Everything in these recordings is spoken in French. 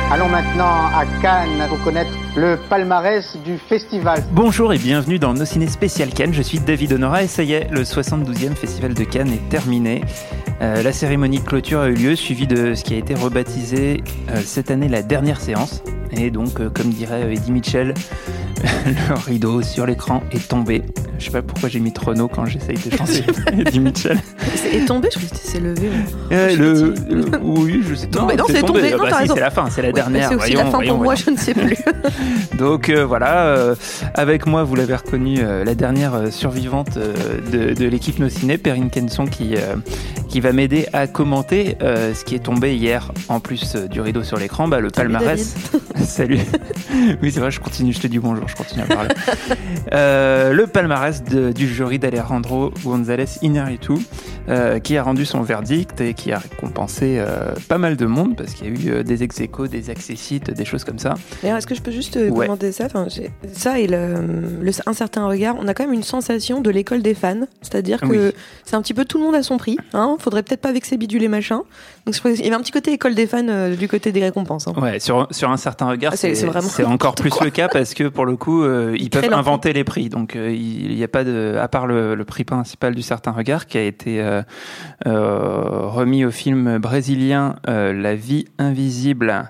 Allons maintenant à Cannes pour connaître le palmarès du festival. Bonjour et bienvenue dans Nos Ciné Spécial Cannes. Je suis David Honora et ça y est, le 72e Festival de Cannes est terminé. La cérémonie de clôture a eu lieu, suivie de ce qui a été rebaptisé cette année la dernière séance. Et donc, comme dirait Eddie Mitchell, le rideau sur l'écran est tombé. Je sais pas pourquoi j'ai mis Renault quand j'essaye de chanter Eddie Mitchell. C'est tombé, je crois que c'est levé. Oui, je sais pas. Non, c'est tombé. Non, si, c'est la fin, c'est la dernière. C'est aussi la fin pour moi, je ne sais plus. Donc voilà, avec moi, vous l'avez reconnu, la dernière survivante de l'équipe Nos Ciné, Perrine Kenson, qui va m'aider à commenter ce qui est tombé hier, en plus du rideau sur l'écran, le palmarès. Salut. Oui, c'est vrai, je te dis bonjour, je continue à parler. Le palmarès du jury d'Alejandro González Iñárritu, qui a rendu son verdict et qui a récompensé pas mal de monde, parce qu'il y a eu des ex-aequo, des accessites, des choses comme ça. D'ailleurs, est-ce que je peux juste commenter ça ? Ça et un certain regard, on a quand même une sensation de l'école des fans, c'est-à-dire que c'est un petit peu tout le monde à son prix, faudrait peut-être pas vexer bidule et machin. Donc il y avait un petit côté école des fans du côté des récompenses. Ouais, sur un certain regard, c'est encore plus le cas, parce que pour le coup, ils peuvent inventer les prix. Donc il n'y a pas à part le prix principal du certain regard qui a été remis au film brésilien La vie invisible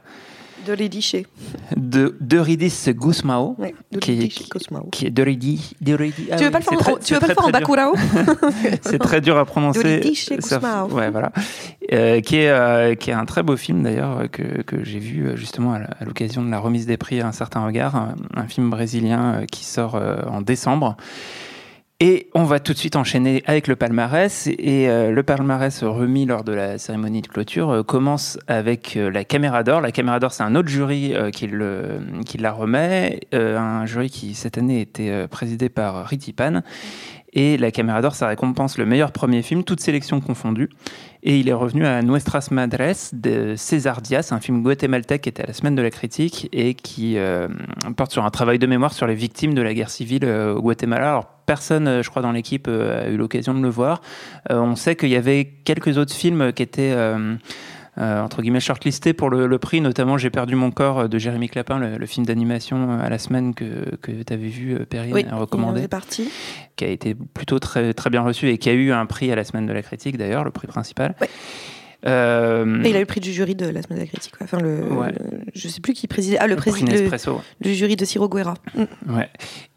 d'Eurídice Gusmão, qui est d'Eurídice. Tu veux pas le faire en Bacurau? C'est très dur à prononcer. Ouais, voilà. Qui est un très beau film d'ailleurs que j'ai vu justement à l'occasion de la remise des prix à un certain regard, un film brésilien qui sort en décembre. Et on va tout de suite enchaîner avec le palmarès. Et le palmarès remis lors de la cérémonie de clôture commence avec la Caméra d'Or. La Caméra d'Or, c'est un autre jury qui la remet. Un jury qui, cette année, était présidé par Riti Pan. Et la Caméra d'Or, ça récompense le meilleur premier film, toutes sélections confondues. Et il est revenu à Nuestras Madres de César Diaz, un film guatémaltèque qui était à la Semaine de la Critique et qui porte sur un travail de mémoire sur les victimes de la guerre civile au Guatemala. Alors, personne, je crois, dans l'équipe a eu l'occasion de le voir. On sait qu'il y avait quelques autres films qui étaient entre guillemets shortlistés pour le prix, notamment J'ai perdu mon corps de Jérémy Clapin, le film d'animation à la semaine que tu avais vu, Perrine, recommandé, qui a été plutôt très, très bien reçu et qui a eu un prix à la Semaine de la Critique d'ailleurs, le prix principal. Oui. Et il a eu le prix du jury de la Semaine de la Critique. Enfin, je sais plus qui présidait. Le jury de Ciro Guerra. Ouais.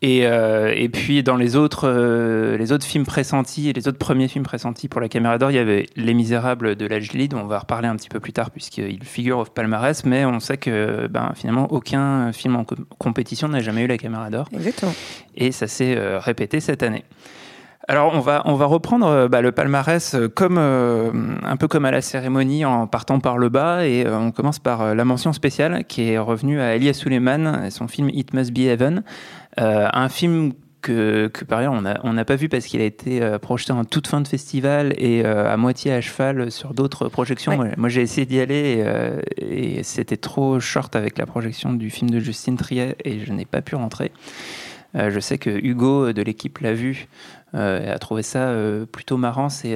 Et puis dans les autres films pressentis et les autres premiers films pressentis pour la Caméra d'Or, il y avait Les Misérables de Lajli, dont on va reparler un petit peu plus tard puisqu'il figure au palmarès, mais on sait que finalement aucun film en compétition n'a jamais eu la Caméra d'Or. Exactement. Et ça s'est répété cette année. Alors on va reprendre le palmarès un peu comme à la cérémonie, en partant par le bas, et on commence par la mention spéciale qui est revenue à Elia Suleiman et son film It Must Be Heaven, un film que par ailleurs on n'a pas vu parce qu'il a été projeté en toute fin de festival et à moitié à cheval sur d'autres projections. Ouais. Moi j'ai essayé d'y aller et c'était trop short avec la projection du film de Justine Triet et je n'ai pas pu rentrer. Je sais que Hugo de l'équipe l'a vu, a trouvé ça plutôt marrant. C'est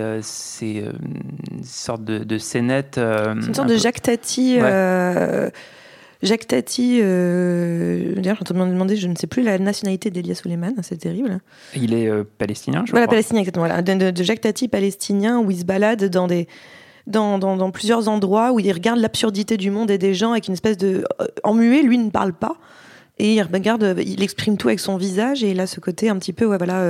une sorte de scénette. C'est une sorte de Jacques Tati. Ouais. Jacques Tati, d'ailleurs, je me demandais, je ne sais plus la nationalité d'Elia Suleiman, c'est terrible. Il est palestinien, je crois. Palestinien, exactement. Voilà. De Jacques Tati palestinien, où il se balade dans plusieurs endroits, où il regarde l'absurdité du monde et des gens avec une espèce de... En muet, lui ne parle pas. Et il exprime tout avec son visage, et il a ce côté un petit peu,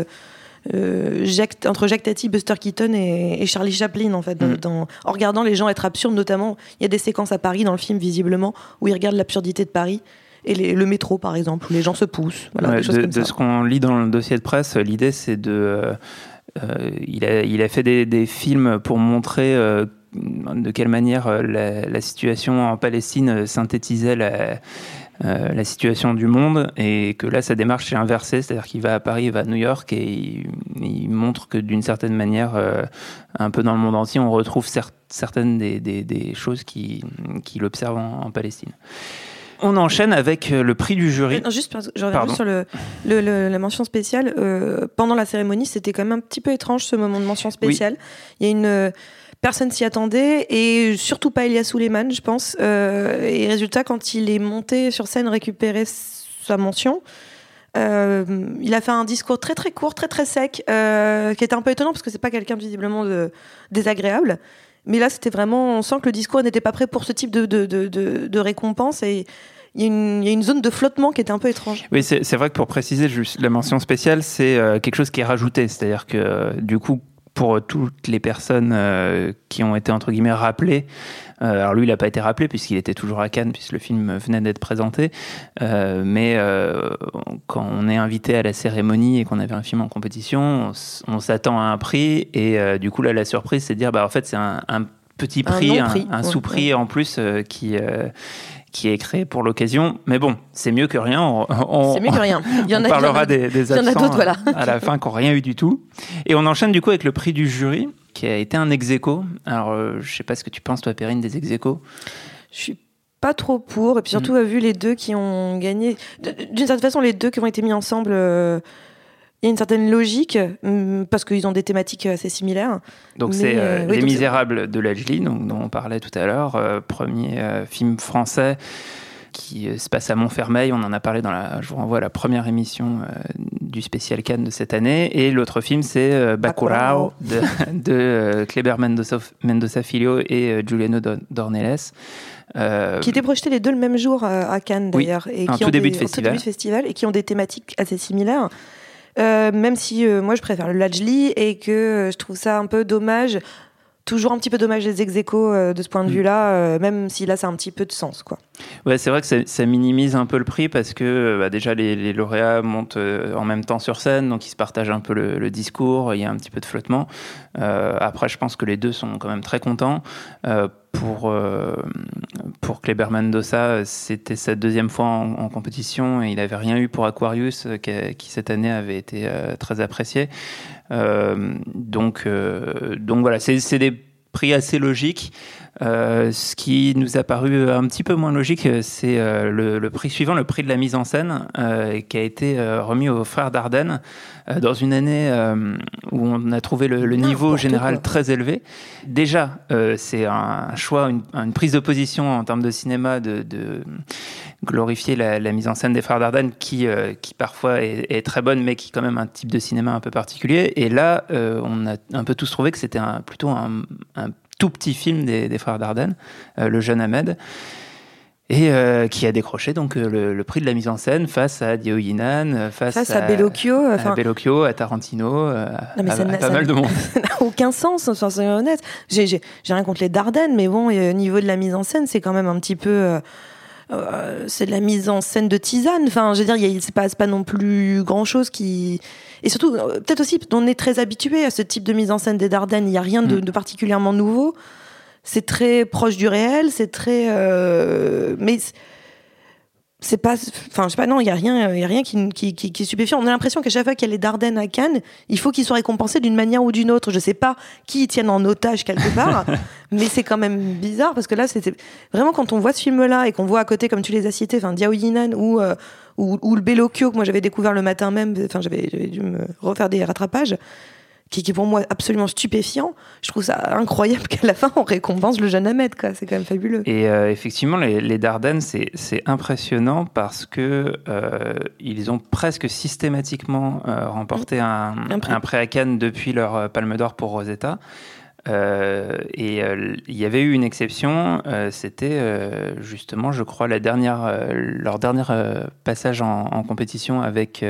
entre Jacques Tati, Buster Keaton et Charlie Chaplin, en fait, en regardant les gens être absurdes. Notamment, il y a des séquences à Paris dans le film, visiblement, où il regarde l'absurdité de Paris. Et le métro, par exemple, où les gens se poussent. Voilà, des choses comme ça. De ce qu'on lit dans le dossier de presse, l'idée, c'est il a fait des films pour montrer de quelle manière la situation en Palestine synthétisait la situation du monde, et que là sa démarche est inversée, c'est-à-dire qu'il va à Paris, il va à New York, et il montre que d'une certaine manière un peu dans le monde entier on retrouve certaines des choses qu'il observe en Palestine. On enchaîne avec le prix du jury. Juste, je reviens juste sur la mention spéciale. Pendant la cérémonie, c'était quand même un petit peu étrange ce moment de mention spéciale. Oui. Il y a une Personne s'y attendait, et surtout pas Elia Suleiman, je pense. Et résultat, quand il est monté sur scène récupérer sa mention, il a fait un discours très très court, très très sec, qui était un peu étonnant parce que c'est pas quelqu'un visiblement désagréable. Mais là, c'était vraiment, on sent que le discours n'était pas prêt pour ce type de récompense, et il y a une zone de flottement qui était un peu étrange. Oui, c'est vrai que pour préciser, juste la mention spéciale, c'est quelque chose qui est rajouté. C'est-à-dire que du coup, pour toutes les personnes qui ont été entre guillemets rappelées, alors lui, il n'a pas été rappelé puisqu'il était toujours à Cannes, puisque le film venait d'être présenté. Mais quand on est invité à la cérémonie et qu'on avait un film en compétition, on s'attend à un prix. Et du coup, là, la surprise, c'est de dire, en fait, c'est un petit prix, un sous-prix en plus qui est créé pour l'occasion. Mais bon, c'est mieux que rien. C'est mieux que rien. On parlera des absents à la fin qui n'ont rien eu du tout. Et on enchaîne du coup avec le prix du jury, qui a été un ex-aequo. Alors, je ne sais pas ce que tu penses, toi, Perrine, des ex-aequos. Je suis pas trop pour. Et puis surtout, vu les deux qui ont gagné... D'une certaine façon, les deux qui ont été mis ensemble... Il y a une certaine logique, parce qu'ils ont des thématiques assez similaires. Donc c'est Les Misérables de Lajli, dont on parlait tout à l'heure, premier film français qui se passe à Montfermeil. On en a parlé je vous renvoie à la première émission du spécial Cannes de cette année. Et l'autre film, c'est Bacurau de Kleber Mendoza Filho et Giuliano Dornelles. Qui étaient projetés les deux le même jour à Cannes, d'ailleurs. Oui, en tout début de festival. Et qui ont des thématiques assez similaires. Même si moi je préfère le Lajli et que je trouve ça un peu dommage, toujours un petit peu dommage les ex-aequos de ce point de vue-là, même si là ça a un petit peu de sens, quoi. Ouais, c'est vrai que ça minimise un peu le prix parce que déjà les lauréats montent en même temps sur scène, donc ils se partagent un peu le discours, il y a un petit peu de flottement. Après, je pense que les deux sont quand même très contents. Pour Kleber Mendoza, c'était sa deuxième fois en compétition et il n'avait rien eu pour Aquarius, qui cette année avait été très apprécié. Donc voilà, c'est des prix assez logiques. Ce qui nous a paru un petit peu moins logique, c'est le prix suivant, le prix de la mise en scène, qui a été remis aux frères Dardenne dans une année où on a trouvé le niveau général très élevé. Déjà, c'est un choix, une prise de position en termes de cinéma de glorifier la mise en scène des frères Dardenne qui parfois est très bonne, mais qui est quand même un type de cinéma un peu particulier. Et là, on a un peu tous trouvé que c'était plutôt un tout petit film des frères Dardenne, Le Jeune Ahmed, et qui a décroché donc le prix de la mise en scène face à Diao Yinan, face à Bellocchio, à Tarantino, à pas mal de monde. Ça n'a aucun sens, soyons honnêtes. J'ai rien contre les Dardenne, mais bon, au niveau de la mise en scène, c'est quand même un petit peu... c'est de la mise en scène de tisane. Enfin, je veux dire, c'est pas non plus grand-chose qui... Et surtout, peut-être aussi, on est très habitué à ce type de mise en scène des Dardennes. Il n'y a rien de particulièrement nouveau. C'est très proche du réel, c'est très... mais c'est pas... Enfin, je sais pas, non, il n'y a rien qui est stupéfiant. On a l'impression qu'à chaque fois qu'il y a les Dardennes à Cannes, il faut qu'ils soient récompensés d'une manière ou d'une autre. Je sais pas qui ils tiennent en otage quelque part, mais c'est quand même bizarre, parce que là, c'était... Vraiment, quand on voit ce film-là et qu'on voit à côté, comme tu les as cités, Diao Yinan ou le Bellocchio, que moi j'avais découvert le matin même, j'avais dû me refaire des rattrapages, qui est pour moi absolument stupéfiant. Je trouve ça incroyable qu'à la fin on récompense le jeune Ahmed, quoi. C'est quand même fabuleux. Et effectivement, les Dardennes, c'est impressionnant parce que ils ont presque systématiquement remporté un prix à Cannes depuis leur Palme d'Or pour Rosetta. Il y avait eu une exception, c'était justement, je crois, leur dernier passage en compétition avec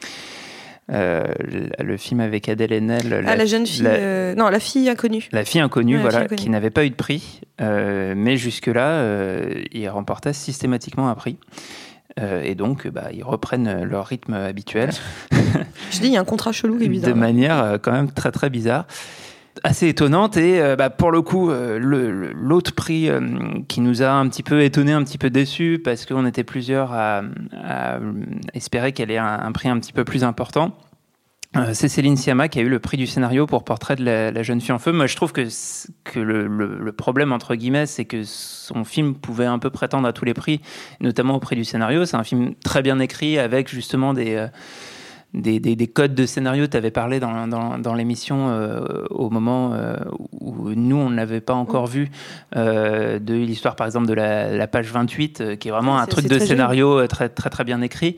le film avec Adèle Haenel. La jeune fille, la fille inconnue. La fille inconnue, qui n'avait pas eu de prix, mais jusque-là, ils remportaient systématiquement un prix. Et donc, ils reprennent leur rythme habituel. Je dis, il y a un contrat chelou qui est bizarre. De manière quand même très très bizarre. Assez étonnante, et pour le coup l'autre prix qui nous a un petit peu étonné, un petit peu déçu, parce qu'on était plusieurs à espérer qu'elle ait un prix un petit peu plus important, c'est Céline Sciamma qui a eu le prix du scénario pour Portrait de la jeune fille en feu. Moi je trouve que le problème entre guillemets, c'est que son film pouvait un peu prétendre à tous les prix, notamment au prix du scénario. C'est un film très bien écrit, avec justement des codes de scénario. Tu avais parlé dans l'émission au moment où nous, on n'avait pas encore vu de l'histoire, par exemple, de la page 28, qui est vraiment un truc de scénario très, très, très bien écrit.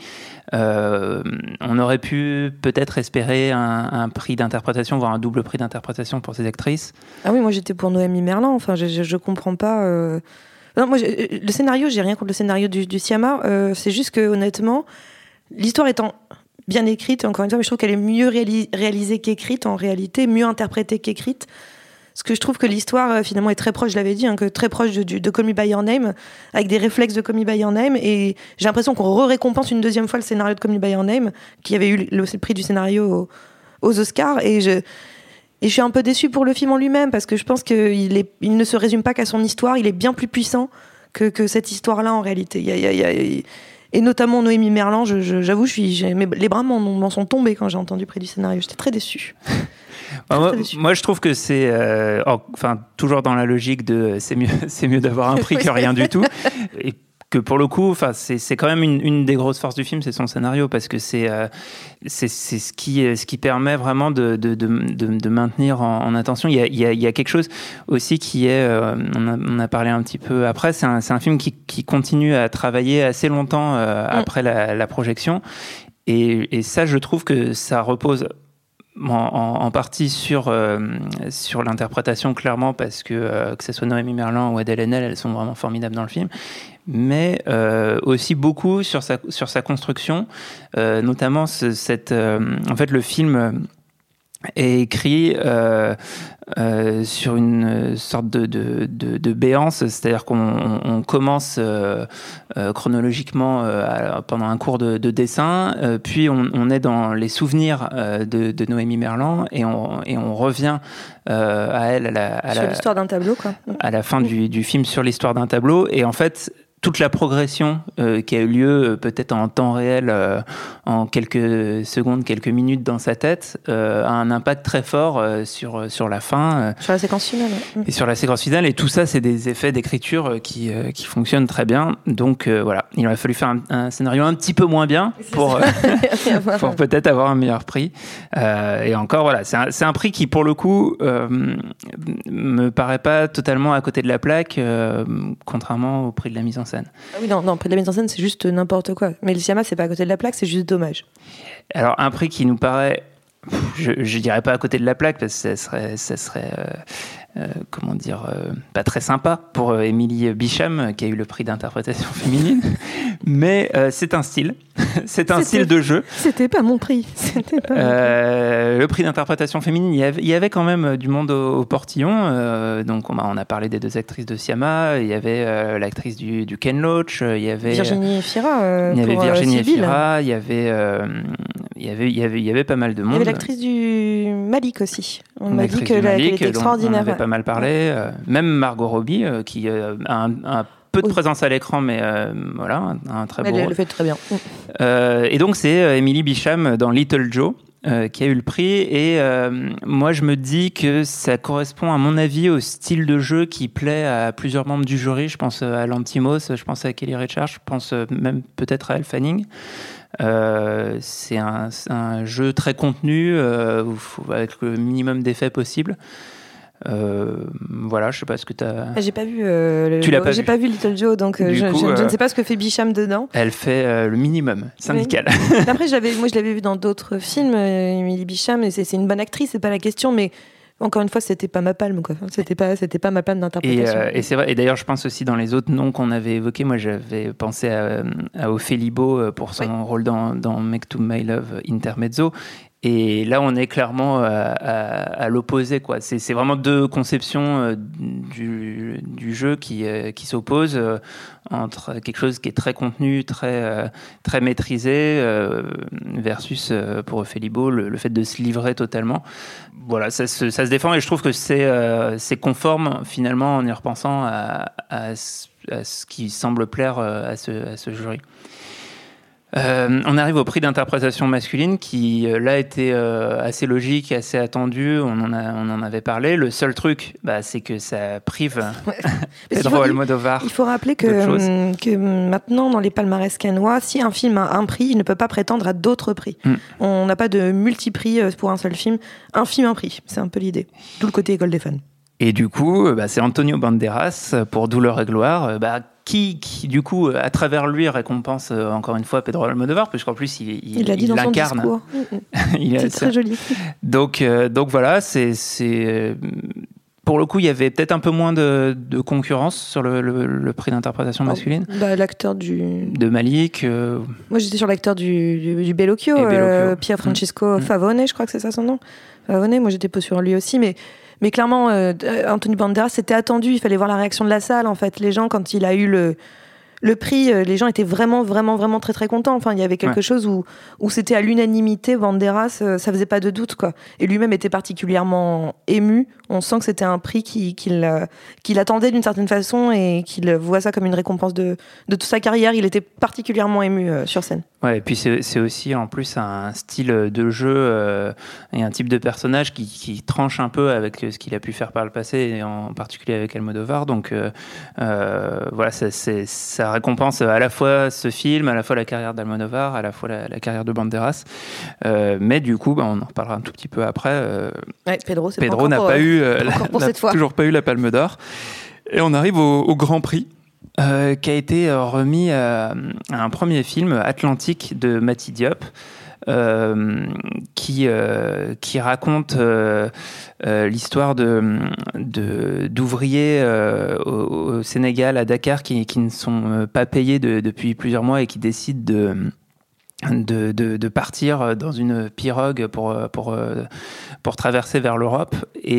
On aurait pu peut-être espérer un prix d'interprétation, voire un double prix d'interprétation pour ces actrices. Ah oui, moi j'étais pour Noémie Merlan. Enfin, je comprends pas. Non, moi, le scénario, j'ai rien contre le scénario du Siama. C'est juste que honnêtement, l'histoire étant bien écrite, encore une fois, mais je trouve qu'elle est mieux réalisée qu'écrite en réalité, mieux interprétée qu'écrite. Parce que je trouve que l'histoire, finalement, est très proche, je l'avais dit, que très proche de Call Me By Your Name, avec des réflexes de Call Me By Your Name. Et j'ai l'impression qu'on récompense une deuxième fois le scénario de Call Me By Your Name, qui avait eu le prix du scénario aux Oscars. Et je suis un peu déçue pour le film en lui-même, parce que je pense qu'il ne se résume pas qu'à son histoire, il est bien plus puissant que cette histoire-là, en réalité. Et notamment Noémie Merlan, j'avoue, les bras m'en sont tombés quand j'ai entendu le prix du scénario. J'étais très déçue. Moi, je trouve que c'est, toujours dans la logique de c'est mieux d'avoir un prix que rien du tout. Et que pour le coup, c'est quand même une des grosses forces du film, c'est son scénario, parce que c'est ce qui permet vraiment de maintenir en attention. Il y a quelque chose aussi qui est, on a parlé un petit peu après, c'est un film qui continue à travailler assez longtemps après la projection, et ça, je trouve que ça repose en partie sur l'interprétation, clairement, parce que ce soit Noémie Merlan ou Adèle Haenel, elles sont vraiment formidables dans le film, mais aussi beaucoup sur sa construction, notamment en fait, le film est écrit sur une sorte de béance, c'est-à-dire qu'on commence chronologiquement pendant un cours de dessin, puis on est dans les souvenirs de Noémie Merlan, et on revient à elle sur l'histoire d'un tableau, quoi. À la fin du film, sur l'histoire d'un tableau, et en fait toute la progression qui a eu lieu peut-être en temps réel, en quelques secondes, quelques minutes dans sa tête, a un impact très fort sur la fin. Sur la séquence finale. Et sur la séquence finale. Et tout ça, c'est des effets d'écriture qui fonctionnent très bien. Donc voilà, il aurait fallu faire un scénario un petit peu moins bien pour peut-être avoir un meilleur prix. Et encore, voilà, c'est un prix qui, pour le coup, me paraît pas totalement à côté de la plaque, contrairement au prix de la mise en scène. Ah oui, non, prix de la mise en scène, c'est juste n'importe quoi. Mais le Siama, c'est pas à côté de la plaque, c'est juste dommage. Alors, un prix qui nous paraît, je dirais pas à côté de la plaque, parce que ça serait comment dire, pas très sympa pour Émilie Bicham, qui a eu le prix d'interprétation féminine, mais c'est un style, c'est un style de jeu. C'était pas mon prix. Le prix d'interprétation féminine, il y avait quand même du monde au portillon, donc on a parlé des deux actrices de Siama, il y avait l'actrice du Ken Loach, il y avait Virginie Efira, il y avait Virginie Efira, il y avait pas mal de monde. Il y avait l'actrice du Malik aussi. On m'a dit qu'elle était extraordinaire. On avait pas mal parlé. Même Margot Robbie, qui a un peu de présence à l'écran, mais voilà, un très beau rôle. Elle le fait très bien. Et donc, c'est Émilie Bicham dans Little Joe qui a eu le prix. Et moi, je me dis que ça correspond, à mon avis, au style de jeu qui plaît à plusieurs membres du jury. Je pense à Lantimos, je pense à Kelly Reichardt, je pense même peut-être à Elle Fanning. C'est un jeu très contenu, avec le minimum d'effets possible. Voilà, je sais pas ce que t'as. J'ai pas vu. J'ai pas vu Little Joe, donc je ne sais pas ce que fait Bicham dedans. Elle fait le minimum syndical. Oui. Après, je l'avais vu dans d'autres films, Émilie Bicham, et c'est une bonne actrice, c'est pas la question, mais encore une fois, c'était pas ma palme, quoi. C'était pas ma palme d'interprétation. Et c'est vrai. Et d'ailleurs, je pense aussi dans les autres noms qu'on avait évoqués, moi, j'avais pensé à Ophélie Beau pour son rôle dans Make to My Love Intermezzo. Et là, on est clairement à l'opposé, quoi. C'est vraiment deux conceptions du jeu qui s'opposent, entre quelque chose qui est très contenu, très maîtrisé, versus pour Ophélie Beau le fait de se livrer totalement. Voilà, ça se défend, et je trouve que c'est conforme finalement, en y repensant, à ce qui semble plaire à ce jury. On arrive au prix d'interprétation masculine qui, là, était assez logique, assez attendu. On en avait parlé. Le seul truc, c'est que ça prive Pedro Almodovar. Il faut rappeler que maintenant, dans les palmarès cannois, si un film a un prix, il ne peut pas prétendre à d'autres prix. On n'a pas de multi-prix pour un seul film. Un film, un prix. C'est un peu l'idée. D'où le côté école des fans. Et du coup, c'est Antonio Banderas pour Douleur et gloire, qui du coup, à travers lui, récompense encore une fois Pedro Almodovar, puisqu'en plus il l'a dit dans l'incarne. Son discours. C'est très joli. Donc voilà, c'est pour le coup, il y avait peut-être un peu moins de concurrence sur le prix d'interprétation masculine. L'acteur de Malik. Moi, j'étais sur l'acteur du Bellocchio, Pier Francesco Favone, je crois que c'est ça son nom. Favone, moi j'étais pas sur lui aussi, mais clairement, Antonio Banderas, c'était attendu. Il fallait voir la réaction de la salle, en fait. Les gens, quand il a eu le prix, les gens étaient vraiment, vraiment, vraiment très, très contents. Enfin, il y avait quelque chose où c'était à l'unanimité. Banderas, ça faisait pas de doute, quoi. Et lui-même était particulièrement ému. On sent que c'était un prix qu'il attendait d'une certaine façon et qu'il voit ça comme une récompense de toute sa carrière. Il était particulièrement ému sur scène. Ouais, et puis c'est aussi en plus un style de jeu et un type de personnage qui tranche un peu avec ce qu'il a pu faire par le passé, et en particulier avec Almodovar. Donc voilà, ça récompense à la fois ce film, à la fois la carrière d'Almodovar, à la fois la carrière de Banderas. Mais du coup, on en reparlera un tout petit peu après. Pedro n'a pas eu, toujours pas eu la Palme d'Or. Et on arrive au Grand Prix. Qui a été remis à un premier film, Atlantique, de Mati Diop, qui raconte l'histoire d'ouvriers au Sénégal, à Dakar, qui ne sont pas payés depuis plusieurs mois et qui décident de partir dans une pirogue pour traverser vers l'Europe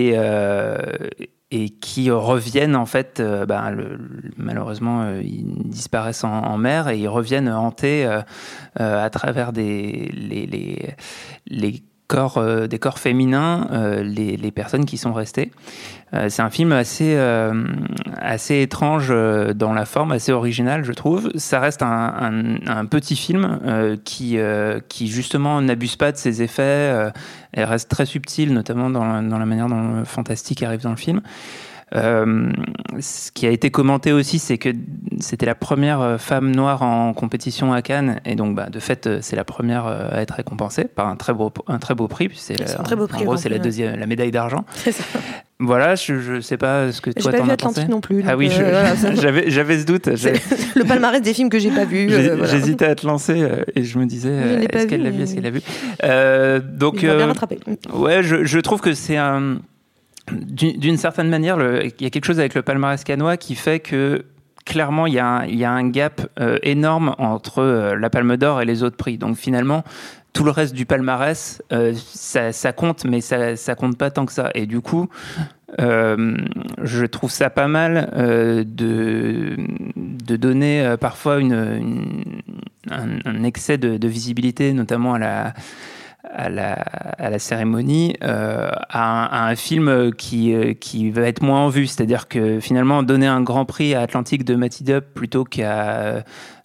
et qui reviennent en fait, malheureusement ils disparaissent en mer et ils reviennent hanter à travers les corps, des corps féminins, les personnes qui sont restées. C'est un film assez étrange dans la forme, assez original, je trouve. Ça reste un petit film qui justement n'abuse pas de ses effets et reste très subtil, notamment dans la manière dont le fantastique arrive dans le film. Ce qui a été commenté aussi, c'est que c'était la première femme noire en compétition à Cannes, et donc de fait c'est la première à être récompensée par un très beau prix. C'est un très beau prix. En gros, c'est la médaille d'argent. C'est ça. Voilà, je sais pas ce que toi t'en as pensé. J'ai pas vu Atlantique non plus. Ah oui, j'avais ce doute. Le palmarès des films que j'ai pas vu. J'hésitais à te lancer et je me disais est-ce qu'elle l'a vu, est-ce qu'elle l'a vu. Donc bien rattrapé. Ouais, je trouve que c'est d'une certaine manière, il y a quelque chose avec le palmarès cannois qui fait que clairement il y a un gap énorme entre la Palme d'Or et les autres prix. Donc finalement, tout le reste du palmarès, ça compte, mais ça compte pas tant que ça. Et du coup, je trouve ça pas mal de donner parfois un excès de visibilité, notamment à la cérémonie, à un film qui va être moins en vue. C'est-à-dire que finalement, donner un grand prix à Atlantique de Mati Diop plutôt qu'à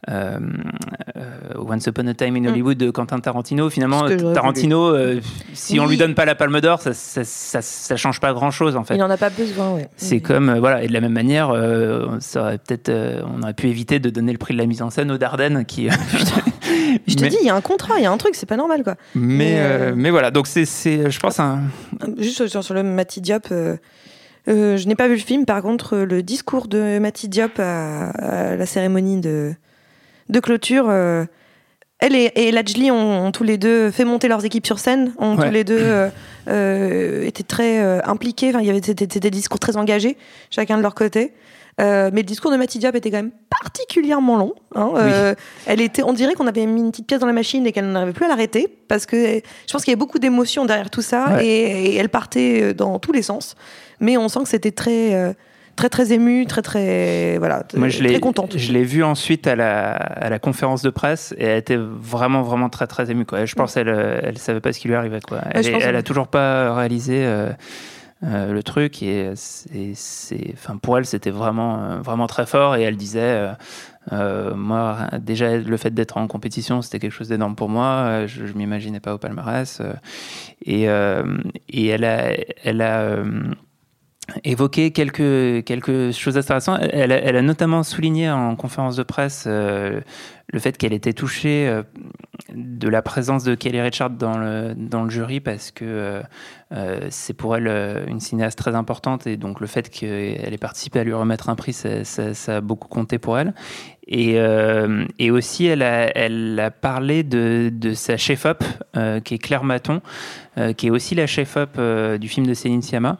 Once Upon a Time in Hollywood de Quentin Tarantino, finalement Tarantino, si on lui donne pas la Palme d'Or, ça change pas grand-chose en fait. Il en a pas besoin, ouais. C'est comme voilà, et de la même manière, ça aurait on aurait pu éviter de donner le prix de la mise en scène aux Dardennes qui. Je te dis, il y a un contrat, il y a un truc, c'est pas normal, quoi. Mais voilà, donc c'est je pense juste sur le Mati Diop. Je n'ai pas vu le film, par contre, le discours de Mati Diop à la cérémonie de clôture, elle et Lajli ont tous les deux fait monter leurs équipes sur scène, tous les deux étaient très impliqués. Enfin, c'était des discours très engagés, chacun de leur côté. Mais le discours de Mati Diop était quand même particulièrement long. On dirait qu'on avait mis une petite pièce dans la machine et qu'elle n'arrivait plus à l'arrêter, parce que je pense qu'il y avait beaucoup d'émotions derrière tout ça, et elle partait dans tous les sens. Mais on sent que c'était très très émue, très voilà, très contente. Je l'ai vue ensuite à la conférence de presse et elle était vraiment vraiment très très émue, quoi. Je pense qu'elle savait pas ce qui lui arrivait, quoi. Elle a toujours pas réalisé le truc, et pour elle c'était vraiment très fort, et elle disait moi déjà le fait d'être en compétition c'était quelque chose d'énorme pour moi, je m'imaginais pas au palmarès, et elle a évoqué quelques choses intéressantes. Elle a notamment souligné en conférence de presse le fait qu'elle était touchée de la présence de Kelly Reichardt dans le jury, parce que c'est pour elle une cinéaste très importante, et donc le fait qu'elle ait participé à lui remettre un prix, ça a beaucoup compté pour elle. Et aussi, elle a parlé de sa chef-op, qui est Claire Maton, qui est aussi la chef-op du film de Céline Sciamma.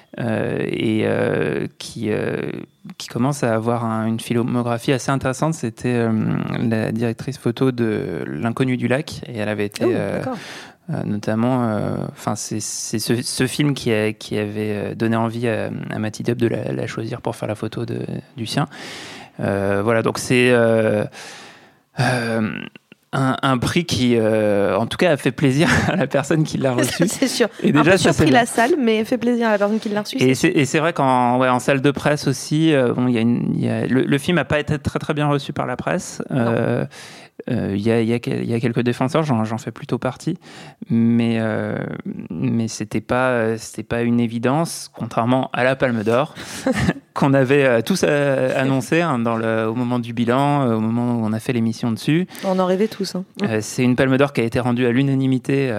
Qui commence à avoir une filmographie assez intéressante. C'était la directrice photo de L'Inconnu du lac, et elle avait été notamment, c'est ce film qui avait donné envie à Matty Dubb de la choisir pour faire la photo du sien. Voilà, donc c'est un prix qui, en tout cas, a fait plaisir à la personne qui l'a reçu. C'est sûr. Et déjà, un peu surpris la salle, mais fait plaisir à la personne qui l'a reçu. Et c'est vrai qu'en salle de presse aussi, le film n'a pas été très très bien reçu par la presse. Il y a quelques défenseurs, j'en fais plutôt partie, mais c'était pas une évidence, contrairement à la Palme d'Or qu'on avait tous annoncé au moment du bilan, au moment où on a fait l'émission dessus. On en rêvait tous. C'est une Palme d'Or qui a été rendue à l'unanimité.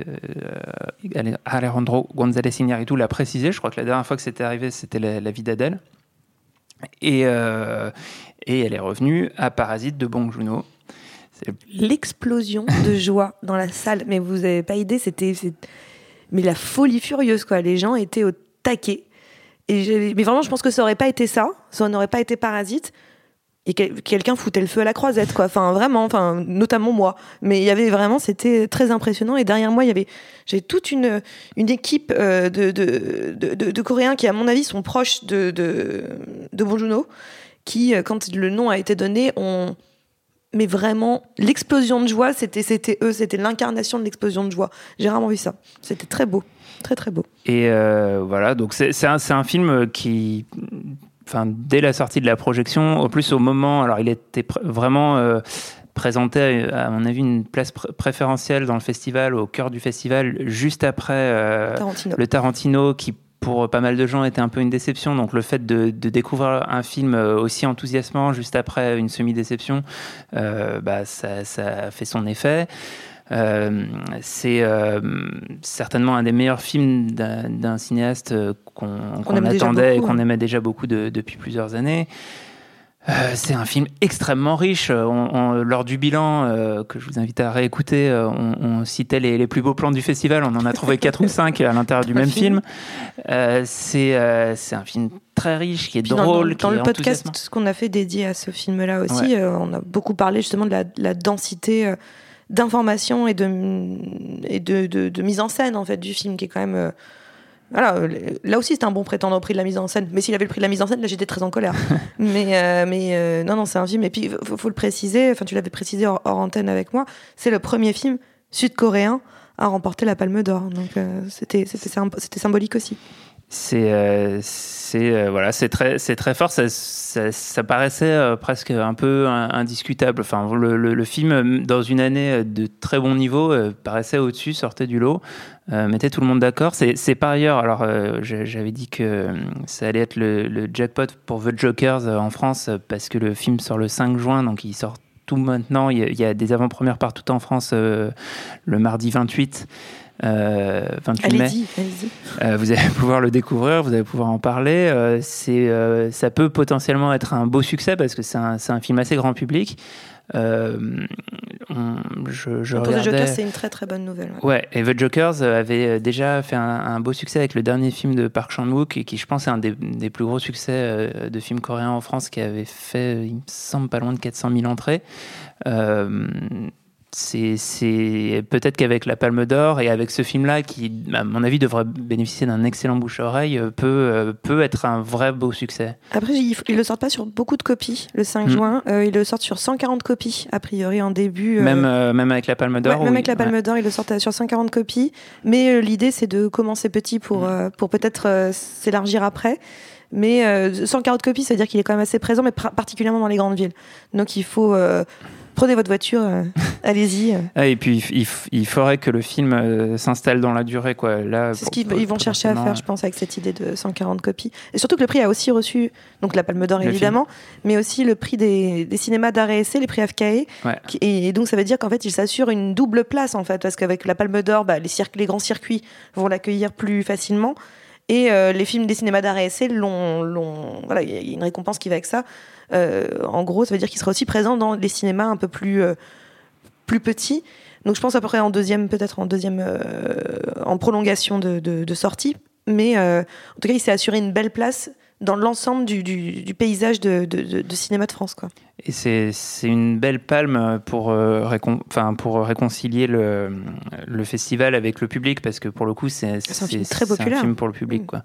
Alejandro González Iñárritu l'a précisé. Je crois que la dernière fois que c'était arrivé, c'était la vie d'Adèle. Et elle est revenue à Parasite de Bong Joon-ho. L'explosion de joie dans la salle, mais vous n'avez pas idée, mais la folie furieuse, quoi. Les gens étaient au taquet. Mais vraiment, je pense que ça n'aurait pas été ça n'aurait pas été Parasite, et quelqu'un foutait le feu à la croisette, quoi. Vraiment, notamment moi. Mais il y avait vraiment, c'était très impressionnant. Et derrière moi, j'ai toute une équipe de Coréens qui, à mon avis, sont proches de Bong Joon-ho, qui, quand le nom a été donné, mais vraiment, l'explosion de joie, c'était eux, c'était l'incarnation de l'explosion de joie. J'ai vraiment vu ça. C'était très beau, très très beau. Et voilà, donc c'est un film qui, dès la sortie de la projection, au plus au moment, alors il était vraiment présenté à mon avis une place préférentielle dans le festival, au cœur du festival, juste après le Tarantino, qui pour pas mal de gens était un peu une déception. Donc le fait de découvrir un film aussi enthousiasmant juste après une semi-déception, ça a fait son effet. C'est certainement un des meilleurs films d'un cinéaste qu'on attendait et qu'on aimait déjà beaucoup depuis plusieurs années. C'est un film extrêmement riche. Lors du bilan, que je vous invite à réécouter, on citait les plus beaux plans du festival. On en a trouvé 4 ou 5 à l'intérieur du même film. C'est un film très riche, qui est drôle, dans le podcast qu'on a fait dédié à ce film-là aussi, on a beaucoup parlé justement de la densité d'informations et de mise en scène en fait du film, qui est quand même voilà, là aussi c'était un bon prétendant au prix de la mise en scène, mais s'il avait le prix de la mise en scène, là j'étais très en colère. mais non, c'est un film, et puis faut le préciser, tu l'avais précisé hors antenne avec moi, c'est le premier film sud-coréen à remporter la Palme d'Or, donc c'était symbolique aussi. C'est très fort. Ça paraissait presque un peu indiscutable. Le film, dans une année de très bon niveau, paraissait au-dessus, sortait du lot, mettait tout le monde d'accord. C'est par ailleurs, alors j'avais dit que ça allait être le jackpot pour The Jokers en France, parce que le film sort le 5 juin, donc il sort tout maintenant. Il y a des avant-premières partout en France le mardi 28. 28 mai. Allez-y. Vous allez pouvoir le découvrir, vous allez pouvoir en parler. Ça peut potentiellement être un beau succès, parce que c'est un film assez grand public. Pour The Jokers, c'est une très très bonne nouvelle. Ouais, et The Jokers avait déjà fait un beau succès avec le dernier film de Park Chan-wook, et qui, je pense, est un des plus gros succès de films coréens en France, qui avait fait, il me semble, pas loin de 400 000 entrées. c'est peut-être qu'avec la Palme d'Or et avec ce film-là, qui, à mon avis, devrait bénéficier d'un excellent bouche-à-oreille, peut être un vrai beau succès. Après, ils le sortent pas sur beaucoup de copies le 5 juin. Ils le sortent sur 140 copies, a priori, en début. Même avec la Palme d'Or. Ouais, même avec la Palme d'Or, ils le sortent sur 140 copies. Mais l'idée, c'est de commencer petit pour peut-être s'élargir après. Mais 140 copies, ça veut dire qu'il est quand même assez présent, mais particulièrement dans les grandes villes. Donc il faut... prenez votre voiture, allez-y. Et puis il faudrait que le film s'installe dans la durée, quoi. Là, c'est ce qu'ils vont chercher à faire, je pense, avec cette idée de 140 copies. Et surtout que le prix a aussi reçu, donc la Palme d'Or évidemment, mais aussi le prix des cinémas d'art et essai, les prix FKE. Ouais. Et donc ça veut dire qu'en fait, il s'assure une double place, en fait, parce qu'avec la Palme d'Or, les grands circuits vont l'accueillir plus facilement. Et les films des cinémas d'art et essai voilà, il y a une récompense qui va avec ça. En gros, ça veut dire qu'il sera aussi présent dans les cinémas un peu plus petits. Donc je pense à peu près en deuxième en prolongation de sortie. Mais en tout cas, il s'est assuré une belle place dans l'ensemble du paysage de cinéma de France, quoi. Et c'est une belle palme pour réconcilier le festival avec le public, parce que pour le coup, c'est un film très populaire. Un film pour le public, quoi.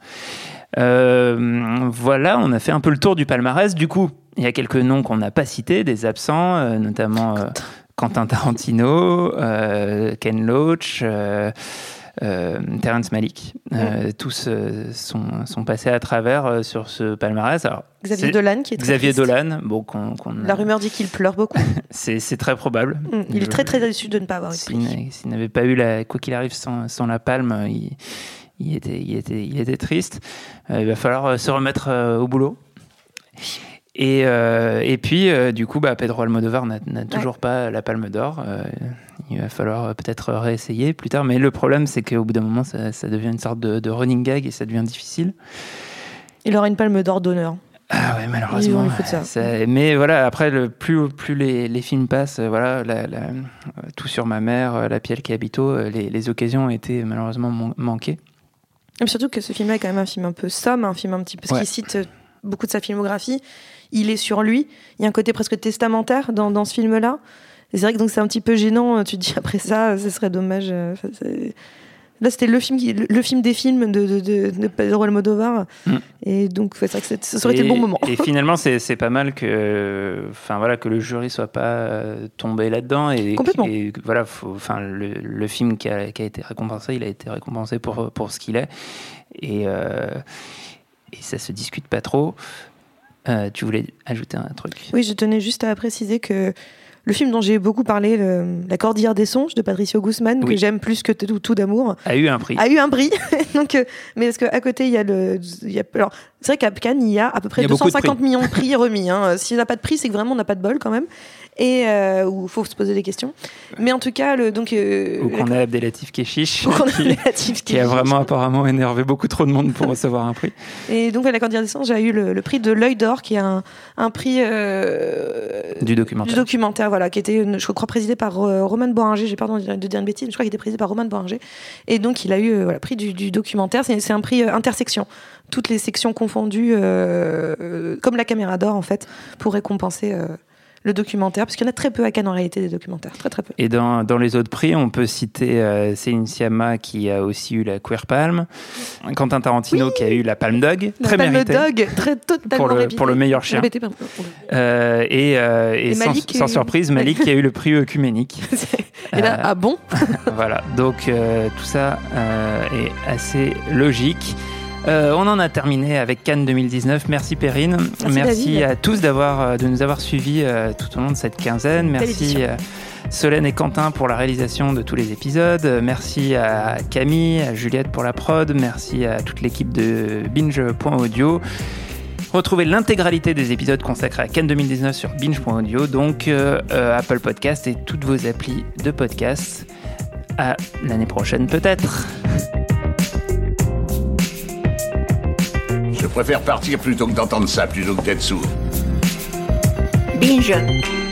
Voilà, on a fait un peu le tour du palmarès. Du coup, il y a quelques noms qu'on n'a pas cités, des absents, notamment Quentin Tarantino, Ken Loach, Terrence Malick, tous sont passés à travers sur ce palmarès. Alors, Xavier Dolan, qui est très triste. Dolan, bon, la rumeur dit qu'il pleure beaucoup. c'est très probable. Il est très très déçu de ne pas avoir eu le prix. S'il n'avait pas eu quoi qu'il arrive sans la palme, il était triste. Il va falloir se remettre au boulot. Et puis, du coup, Pedro Almodóvar n'a toujours pas la Palme d'Or. Il va falloir peut-être réessayer plus tard. Mais le problème, c'est qu'au bout d'un moment, ça devient une sorte de running gag et ça devient difficile. Il aura une Palme d'Or d'honneur. Ah ouais, malheureusement. Ils vont lui foutre ça. Mais voilà, après, plus les films passent, voilà, Tout sur ma mère, La Pielle qui habito, les occasions ont été malheureusement manquées. Et surtout que ce film-là est quand même un film un peu somme, un film un petit peu qui cite beaucoup de sa filmographie. Il est sur lui. Il y a un côté presque testamentaire dans ce film-là. Et c'est vrai que donc c'est un petit peu gênant. Tu te dis après ça, ce serait dommage. Là, c'était le film des films de Pedro Almodóvar. Et donc, c'est vrai que ça aurait été le bon moment. Et finalement, c'est pas mal que le jury soit pas tombé là-dedans. Complètement. Et voilà, le film qui a été récompensé, il a été récompensé pour ce qu'il est. Et ça se discute pas trop. Tu voulais ajouter un truc? Oui, je tenais juste à préciser que le film dont j'ai beaucoup parlé, La Cordillère des songes de Patricio Guzmán, que j'aime plus que Tout d'amour, a eu un prix. Donc, mais parce qu'à côté, il y a alors, c'est vrai qu'à Cannes, il y a à peu près 250 millions de prix remis. S'il n'a pas de prix, c'est que vraiment on n'a pas de bol quand même. Et où il faut se poser des questions. Mais en tout cas, ou qu'on a Abdelatif Kechiche, qui a vraiment apparemment énervé beaucoup trop de monde pour recevoir un prix. Et donc, La Cordillère des songes a eu le prix de l'Œil d'Or, qui est un prix du documentaire. Voilà, qui était, je crois, présidé par Roman Bohringer. J'ai pardon de dire une bêtise, mais je crois qu'il était présidé par Roman Bohringer. Et donc, il a eu le prix du documentaire. C'est un prix intersection. Toutes les sections confondues, comme la Caméra d'Or, en fait, pour récompenser le documentaire, parce qu'il y en a très peu à Cannes en réalité, des documentaires, très très peu. Et dans les autres prix, on peut citer Céline Sciamma qui a aussi eu la Queer Palm, Quentin Tarantino qui a eu la Palme Dog, très méritée. La Palme Dog, totalement pour le meilleur chien. Et sans surprise, Malick qui a eu le prix œcuménique. Et là, ah bon? Voilà, donc tout ça est assez logique. On en a terminé avec Cannes 2019. Merci Perrine. Merci à tous de nous avoir suivis tout au long de cette quinzaine. Merci Solène et Quentin pour la réalisation de tous les épisodes. Merci à Camille, à Juliette pour la prod. Merci à toute l'équipe de Binge.audio. Retrouvez l'intégralité des épisodes consacrés à Cannes 2019 sur Binge.audio, donc Apple Podcast et toutes vos applis de podcast. À l'année prochaine peut-être. Je préfère partir plutôt que d'entendre ça, plutôt que d'être sourd. Binge.